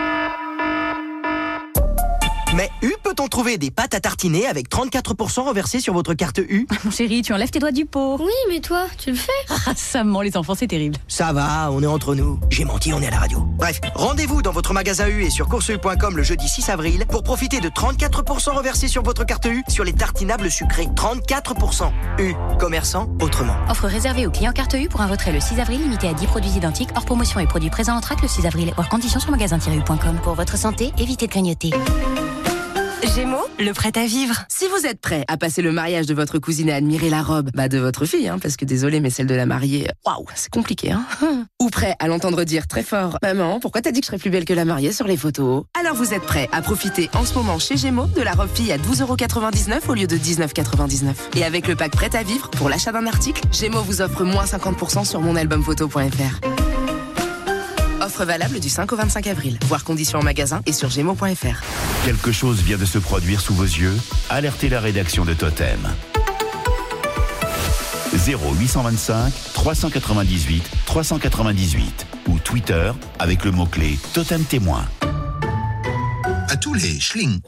Mais U, peut-on trouver des pâtes à tartiner avec trente-quatre pour cent reversés sur votre carte U? Mon chéri, tu enlèves tes doigts du pot. Oui, mais toi, tu le fais? Ah, ça ment, les enfants, c'est terrible. Ça va, on est entre nous. J'ai menti, on est à la radio. Bref, rendez-vous dans votre magasin U et sur course U point com le jeudi six avril pour profiter de trente-quatre pour cent reversés sur votre carte U sur les tartinables sucrés. trente-quatre pour cent. U, commerçant autrement. Offre réservée aux clients carte U pour un retrait le six avril limité à dix produits identiques hors promotion et produits présents en track le six avril. Hors conditions sur magasin tiret u point com. Pour votre santé, évitez de grignoter. Gémeaux, le prêt à vivre. Si vous êtes prêt à passer le mariage de votre cousine et à admirer la robe bah de votre fille, hein, parce que désolé, mais celle de la mariée, waouh, c'est compliqué. Hein. Ou prêt à l'entendre dire très fort, maman, pourquoi t'as dit que je serais plus belle que la mariée sur les photos? Alors vous êtes prêt à profiter en ce moment chez Gémeaux de la robe fille à douze euros quatre-vingt-dix-neuf au lieu de dix-neuf euros quatre-vingt-dix-neuf. Et avec le pack prêt à vivre, pour l'achat d'un article, Gémeaux vous offre moins cinquante pour cent sur monalbumphoto point F R. Offre valable du cinq au vingt-cinq avril. Voir conditions en magasin et sur gémeaux point F R. Quelque chose vient de se produire sous vos yeux. Alertez la rédaction de Totem. zéro huit cent vingt-cinq trois cent quatre-vingt-dix-huit trois cent quatre-vingt-dix-huit ou Twitter avec le mot-clé Totem Témoin. À tous les schling.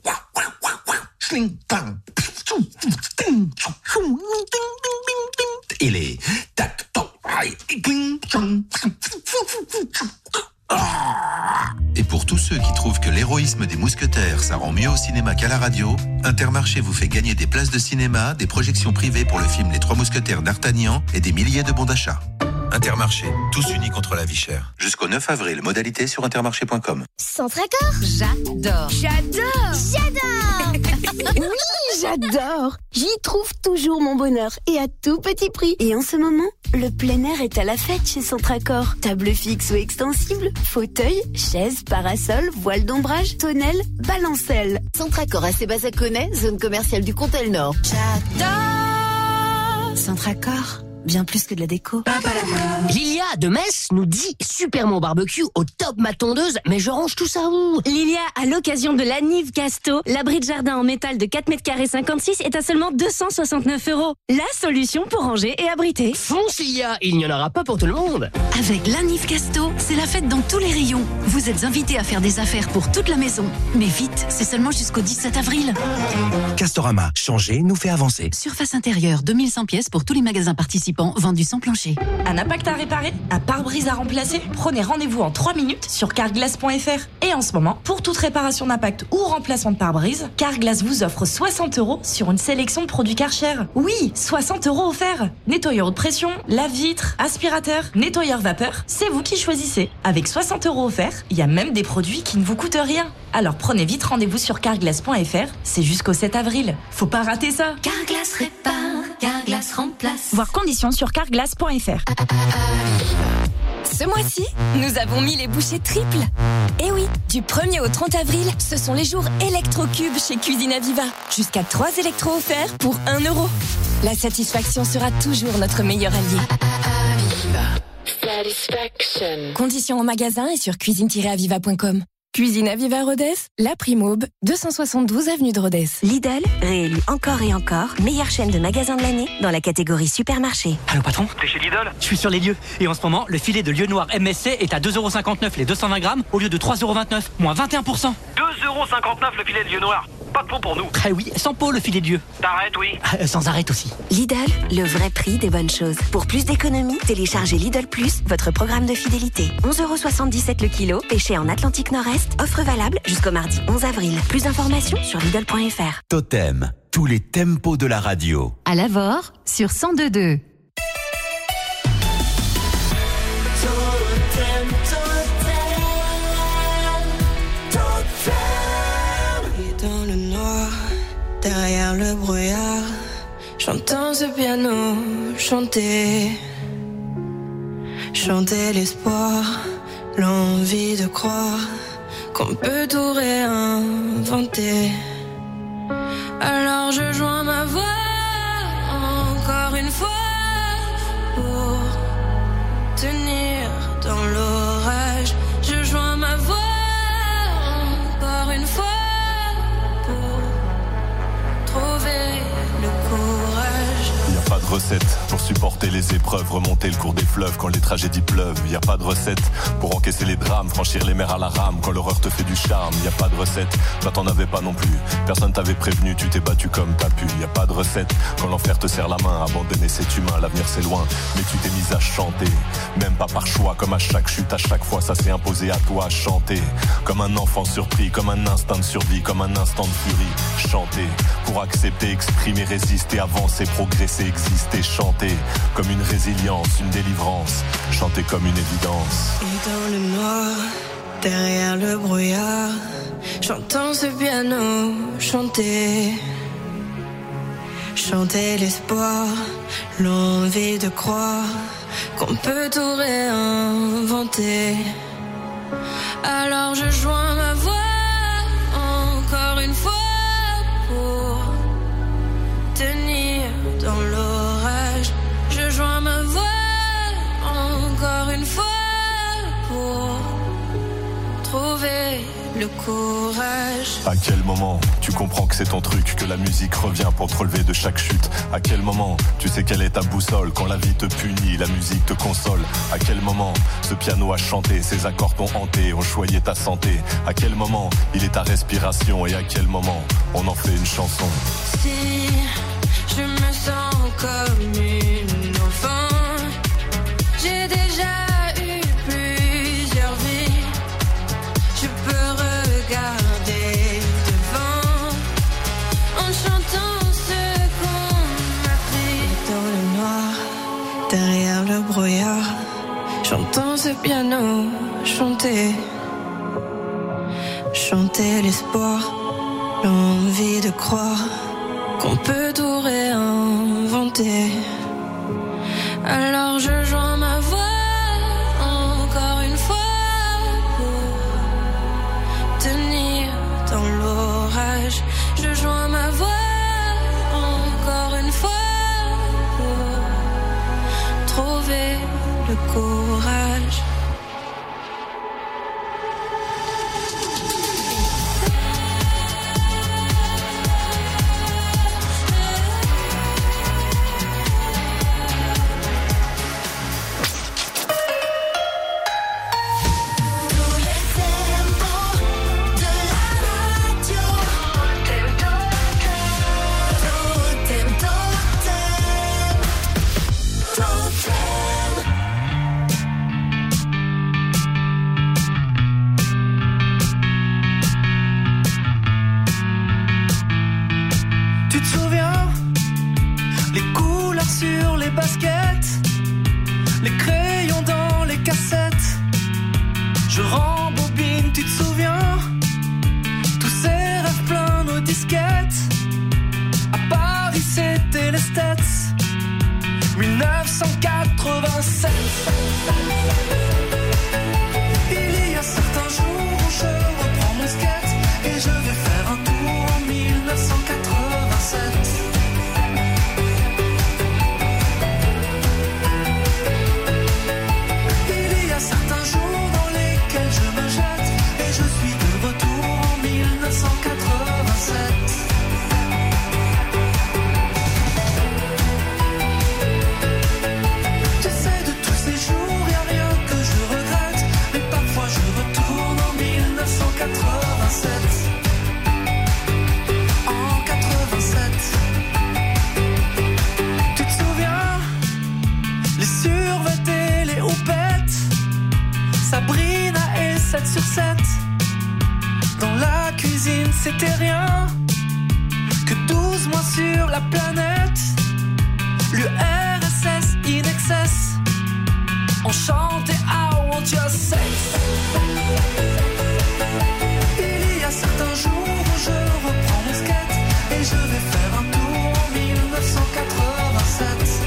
Et les tac Et pour tous ceux qui trouvent que l'héroïsme des mousquetaires, ça rend mieux au cinéma qu'à la radio, Intermarché vous fait gagner des places de cinéma, des projections privées pour le film Les Trois Mousquetaires d'Artagnan et des milliers de bons d'achat. Intermarché, tous unis contre la vie chère. Jusqu'au neuf avril, modalité sur intermarché point com. Centracor. J'adore. J'adore. J'adore. Oui, j'adore. J'y trouve toujours mon bonheur et à tout petit prix. Et en ce moment, le plein air est à la fête chez Centracor. Table fixe ou extensible, fauteuil, chaise, parasol, voile d'ombrage, tonnelle, balancelle. Centracor à Sébazaconais, zone commerciale du Comtel Nord. J'adore. Centracor, bien plus que de la déco. Lilia de Metz nous dit super mon barbecue au top ma tondeuse, mais je range tout ça où? Lilia, à l'occasion de l'Anive Casto, l'abri de jardin en métal de quatre mètres carrés cinquante-six est à seulement deux cent soixante-neuf euros. La solution pour ranger et abriter. Fonce Lilia, il n'y en aura pas pour tout le monde. Avec l'Anive Casto, c'est la fête dans tous les rayons. Vous êtes invités à faire des affaires pour toute la maison. Mais vite, c'est seulement jusqu'au dix-sept avril. Castorama, changer nous fait avancer. Surface intérieure, deux mille cent pièces pour tous les magasins participants, vendus sans plancher. Un impact à réparer? Un pare-brise à remplacer? Prenez rendez-vous en trois minutes sur carglass point f r. Et en ce moment, pour toute réparation d'impact ou remplacement de pare-brise, Carglass vous offre soixante euros sur une sélection de produits Karcher. Oui, soixante euros offerts. Nettoyeur haute pression, lave-vitre, aspirateur, nettoyeur vapeur, c'est vous qui choisissez. Avec soixante euros offerts, il y a même des produits qui ne vous coûtent rien. Alors prenez vite rendez-vous sur carglass point f r, c'est jusqu'au sept avril. Faut pas rater ça. Carglass répare, Carglass remplace. Voir conditions sur carglass point f r. Ce mois-ci, nous avons mis les bouchées triples. Et oui, du premier au trente avril, ce sont les jours Electrocube chez Cuisine Aviva. Jusqu'à trois électros offerts pour un euro. La satisfaction sera toujours notre meilleur allié. Satisfaction. Conditions au magasin et sur cuisine tiret aviva point com. Cuisine Aviva Rodez, La Primaube, deux cent soixante-douze avenue de Rodez. Lidl, réélu encore et encore, meilleure chaîne de magasins de l'année dans la catégorie supermarché. Allô patron, t'es chez Lidl? Je suis sur les lieux. Et en ce moment, le filet de lieu noir M S C est à deux euros cinquante-neuf les deux cent vingt grammes au lieu de trois euros vingt-neuf, moins vingt et un pour cent. deux euros cinquante-neuf le filet de lieu noir. Pas de pot pour nous. Ah oui, sans pot le filet de lieu. T'arrêtes, oui. Ah, sans arrêt aussi. Lidl, le vrai prix des bonnes choses. Pour plus d'économies, téléchargez Lidl Plus, votre programme de fidélité. onze euros soixante-dix-sept le kilo, pêché en Atlantique Nord-Est, offre valable jusqu'au mardi onze avril. Plus d'informations sur Lidl point f r. Totem, tous les tempos de la radio. À Lavore, sur cent deux virgule deux. Derrière le brouillard, j'entends ce piano chanter, chanter l'espoir, l'envie de croire qu'on peut tout réinventer. Alors je joins ma voix encore une fois pour tenir dans l'orage. Je joins ma voix encore une fois pour trouver le courage. Y a pas de recette pour supporter les épreuves, remonter le cours des fleuves quand les tragédies pleuvent. Y a pas de recette pour encaisser les drames, franchir les mers à la rame quand l'horreur te fait du charme. Y a pas de recette, toi t'en avais pas non plus. Personne t'avait prévenu, tu t'es battu comme t'as pu. Y a pas de recette quand l'enfer te serre la main, abandonner cet humain, l'avenir c'est loin. Mais tu t'es mise à chanter, même pas par choix, comme à chaque chute, à chaque fois ça s'est imposé à toi. Chanter comme un enfant surpris, comme un instinct de survie, comme un instant de furie. Chanter pour accepter, exprimer, résister, avancer, progresser, exister. Chanter comme une résilience, une délivrance. Chanter comme une évidence. Et dans le noir, derrière le brouillard, j'entends ce piano chanter, chanter l'espoir, l'envie de croire qu'on peut tout réinventer. Alors je joins ma voix encore une fois pour tenir dans l'orage. Je joins ma voix encore une fois pour trouver le courage. À quel moment tu comprends que c'est ton truc, que la musique revient pour te relever de chaque chute? À quel moment tu sais quelle est ta boussole? Quand la vie te punit, la musique te console. À quel moment ce piano a chanté, ses accords t'ont hanté, ont choyé ta santé? À quel moment il est ta respiration? Et à quel moment on en fait une chanson? Si je me sens comme une enfant, j'ai déjà eu plusieurs vies, je peux regarder devant en chantant ce qu'on m'a pris. Dans le noir, derrière le brouillard, piano, chanter, chanter l'espoir, l'envie de croire qu'on peut tout réinventer. Alors je joins ma voix encore une fois pour tenir dans l'orage. Je joins ma voix encore une fois pour trouver le courage. C'était rien que douze mois sur la planète. L'U R S S in excess. On chantait I want your sex. Il y a certains jours où je reprends mon skate et je vais faire un tour en dix-neuf cent quatre-vingt-sept.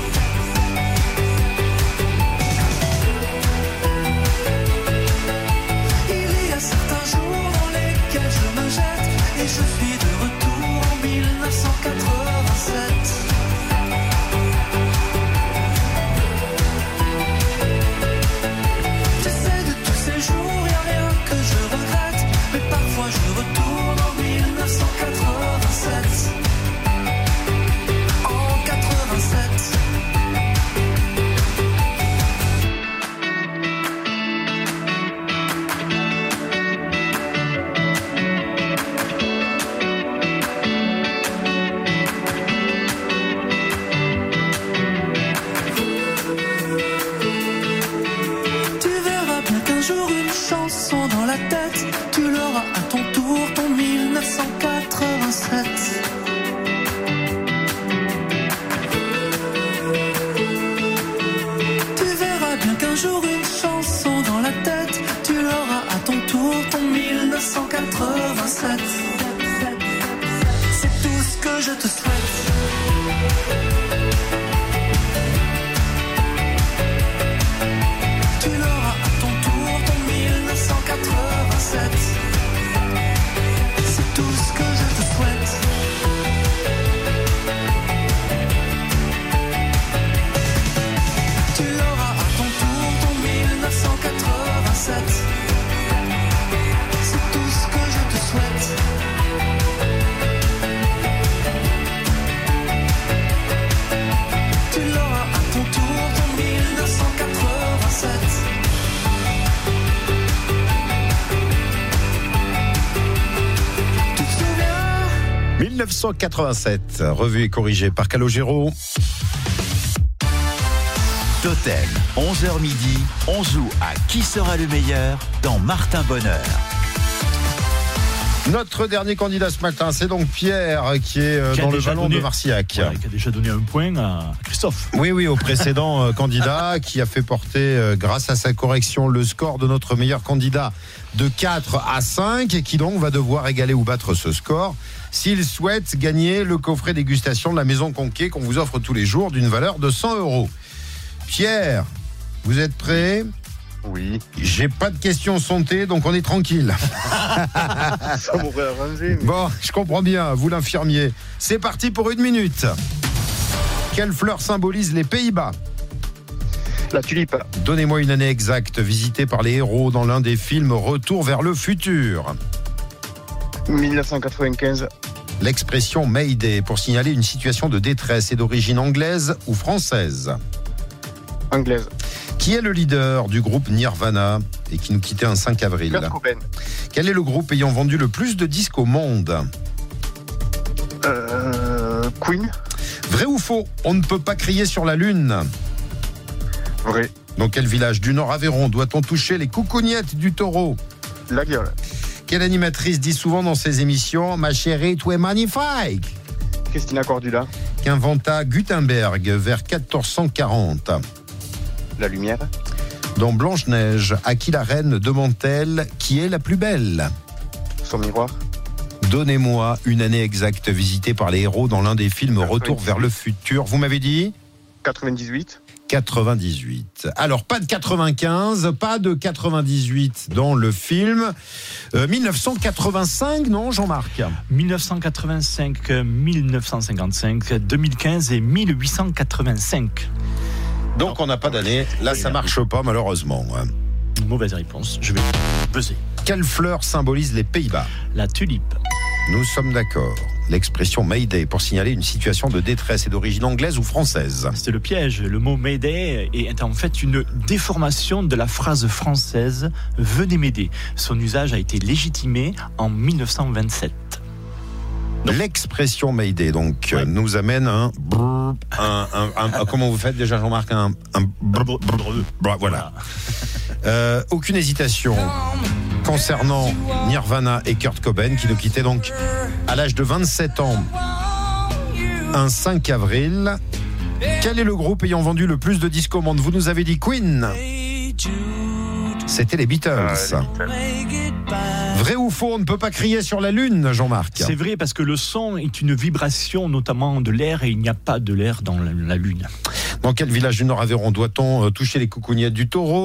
Il y a certains jours dans lesquels je me jette et je suis de retour en dix-neuf cent quatre-vingt-sept. Tu sais, de tous ces jours, y'a rien que je regrette, mais parfois je retourne en dix-neuf cent quatre-vingt-sept. En quatre-vingt-sept. Chanson dans la tête, tu l'auras à ton tour, ton dix-neuf cent quatre-vingt-sept. Tu verras bien qu'un jour une chanson dans la tête, tu l'auras à ton tour, ton dix-neuf cent quatre-vingt-sept. C'est tout ce que je te souhaite. C'est tout ce que je te souhaite. Tu l'auras à ton tour, ton dix-neuf cent quatre-vingt-sept. C'est tout ce que je te souhaite. Tu l'auras à ton tour, ton dix-neuf cent quatre-vingt-sept. dix-neuf cent quatre-vingt-sept, revue et corrigée par Calogero. Totem, onze heures midi, on joue à Qui sera le meilleur dans Martin Bonheur. Notre dernier candidat ce matin, c'est donc Pierre qui est euh, Qui a dans le déjà ballon donné- de Marcillac. Voilà, qui a déjà donné un point à Christophe. Oui, oui, au précédent euh, candidat qui a fait porter, euh, grâce à sa correction, le score de notre meilleur candidat de quatre à cinq et qui donc va devoir égaler ou battre ce score s'il souhaite gagner le coffret dégustation de la Maison Conquet qu'on vous offre tous les jours d'une valeur de cent euros. Pierre, vous êtes prêt ? Oui. J'ai pas de questions santé, donc on est tranquille. Ça m'aurait arrangé. Mais... Bon, je comprends bien, vous l'infirmiez. C'est parti pour une minute. Quelle fleur symbolise les Pays-Bas ? La tulipe. Donnez-moi une année exacte visitée par les héros dans l'un des films Retour vers le futur. dix-neuf cent quatre-vingt-quinze. L'expression Mayday pour signaler une situation de détresse est d'origine anglaise ou française ? Anglaise. Qui est le leader du groupe Nirvana et qui nous quittait un cinq avril ? Kurt Cobain. Quel est le groupe ayant vendu le plus de disques au monde ? Euh, Queen. Vrai ou faux ? On ne peut pas crier sur la lune. Vrai. Dans quel village du Nord-Aveyron doit-on toucher les coucougnettes du taureau ? La gueule. Quelle animatrice dit souvent dans ses émissions « Ma chérie, tu es magnifique » Christina Cordula. Qu'inventa Gutenberg vers quatorze cent quarante ? La lumière. Dans Blanche-Neige, à qui la reine demande-t-elle qui est la plus belle ? Son miroir. Donnez-moi une année exacte visitée par les héros dans l'un des films Retour vers le futur. Vous m'avez dit ? quatre-vingt-dix-huit. quatre-vingt-dix-huit. Alors, pas de quatre-vingt-quinze, pas de quatre-vingt-dix-huit dans le film. Euh, dix-neuf cent quatre-vingt-cinq, non, Jean-Marc ? dix-neuf cent quatre-vingt-cinq, dix-neuf cent cinquante-cinq, deux mille quinze et mille huit cent quatre-vingt-cinq. Donc, on n'a pas d'année. Là, ça marche pas, malheureusement. Mauvaise réponse. Je vais buzzer. Quelle fleur symbolise les Pays-Bas ? La tulipe. Nous sommes d'accord. L'expression Mayday pour signaler une situation de détresse est d'origine anglaise ou française ? C'est le piège. Le mot Mayday est en fait une déformation de la phrase française « Venez m'aider ». Son usage a été légitimé en dix-neuf cent vingt-sept. Donc. L'expression Mayday donc ouais. nous amène un, brrr, un, un, un, un comment vous faites déjà Jean-Marc un, un brrr, brrr, brrr, voilà. Euh, aucune hésitation concernant Nirvana et Kurt Cobain qui nous quittaient donc à l'âge de vingt-sept ans un cinq avril. Quel est le groupe ayant vendu le plus de disques au monde ? Vous nous avez dit Queen. C'était les Beatles. Ah, les Beatles. Vrai ou faux, on ne peut pas crier sur la lune, Jean-Marc ? C'est vrai parce que le son est une vibration notamment de l'air et il n'y a pas de l'air dans la, la lune. Dans quel village du Nord-Aveyron doit-on euh, toucher les coucougnettes du taureau ?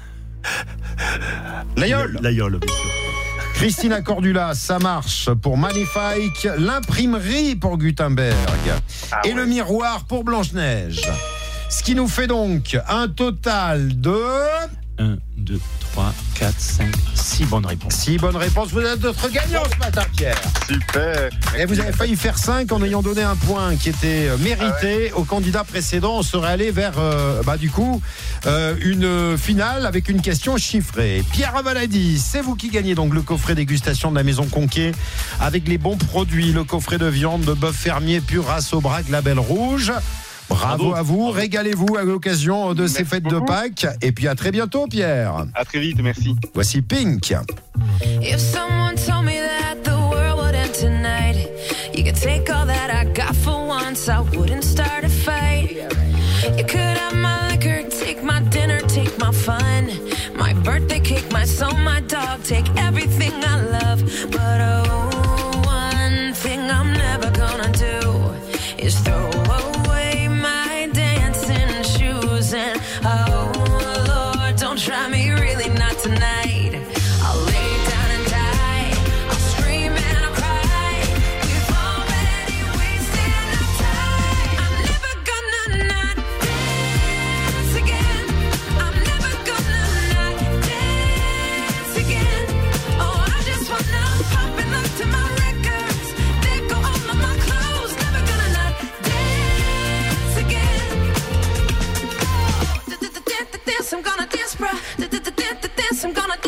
L'Aïol. L'Aïol, bien sûr. Christina Cordula, ça marche pour Magnifique, l'imprimerie pour Gutenberg ah, et ouais. le miroir pour Blanche-Neige. Ce qui nous fait donc un total de... un, deux, trois, quatre, cinq, six bonnes réponses. six bonnes réponses. Vous êtes notre gagnant ce matin, Pierre. Super. Et vous avez failli faire cinq en ayant donné un point qui était mérité ah ouais. au candidat précédent. On serait allé vers, euh, bah, du coup, euh, une finale avec une question chiffrée. Pierre Avaladi, c'est vous qui gagnez donc le coffret dégustation de la Maison Conquet avec les bons produits. Le coffret de viande de bœuf fermier pur race Aubrac, label rouge. Bravo, Bravo à vous, Bravo. Régalez-vous à l'occasion de merci ces fêtes beaucoup. De Pâques. Et puis à très bientôt, Pierre. À très vite, merci. Voici Pink. If someone told me that the world would end tonight, you could take all that I got for once, I wouldn't start a fight. You could have my liquor, take my dinner, take my fun, my birthday cake, my soul, my dog, take everything I love. But oh, one thing I'm never gonna do is throw away my dancing shoes. And oh Lord, don't try me, really not tonight. I'll lay down and die, I'll scream and I'll cry. We've already wasted our time. I'm never gonna not dance again. I'm never gonna not dance again. Oh, I just wanna pop and look to my records. There go all of my clothes. Never gonna not dance again. Oh, dance, I'm gonna dance, bruh. Dance, I'm gonna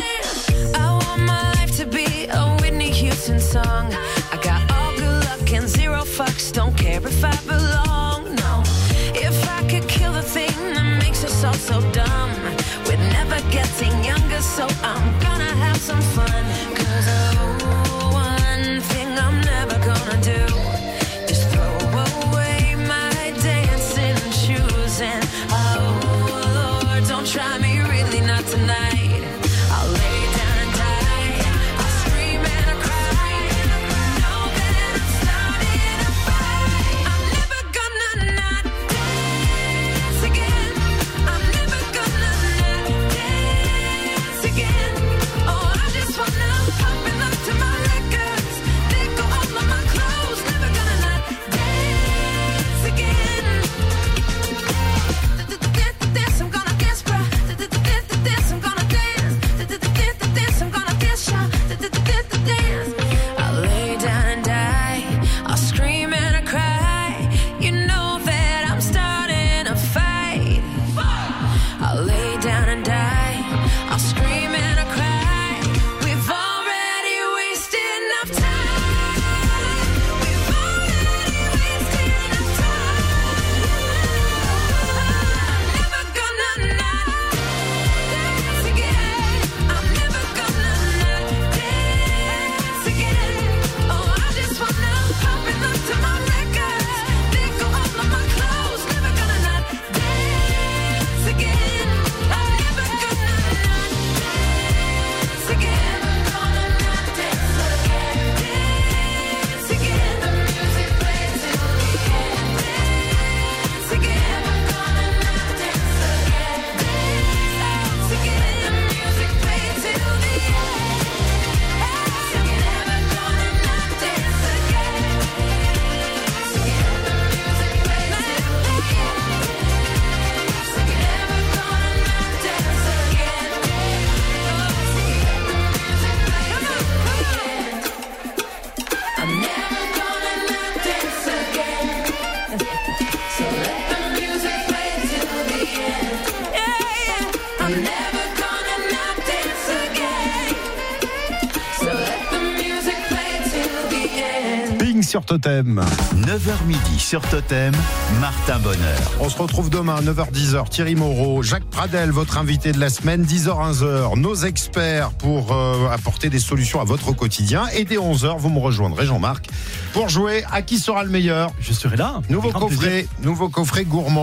sur Totem. neuf heures midi sur Totem, Martin Bonheur. On se retrouve demain, neuf heures dix heures. Thierry Moreau, Jacques Pradel, votre invité de la semaine, dix heures onze heures. Nos experts pour euh, apporter des solutions à votre quotidien. Et dès onze heures, vous me rejoindrez, Jean-Marc, pour jouer à qui sera le meilleur. Je serai là. Nouveau coffret, nouveau coffret gourmand.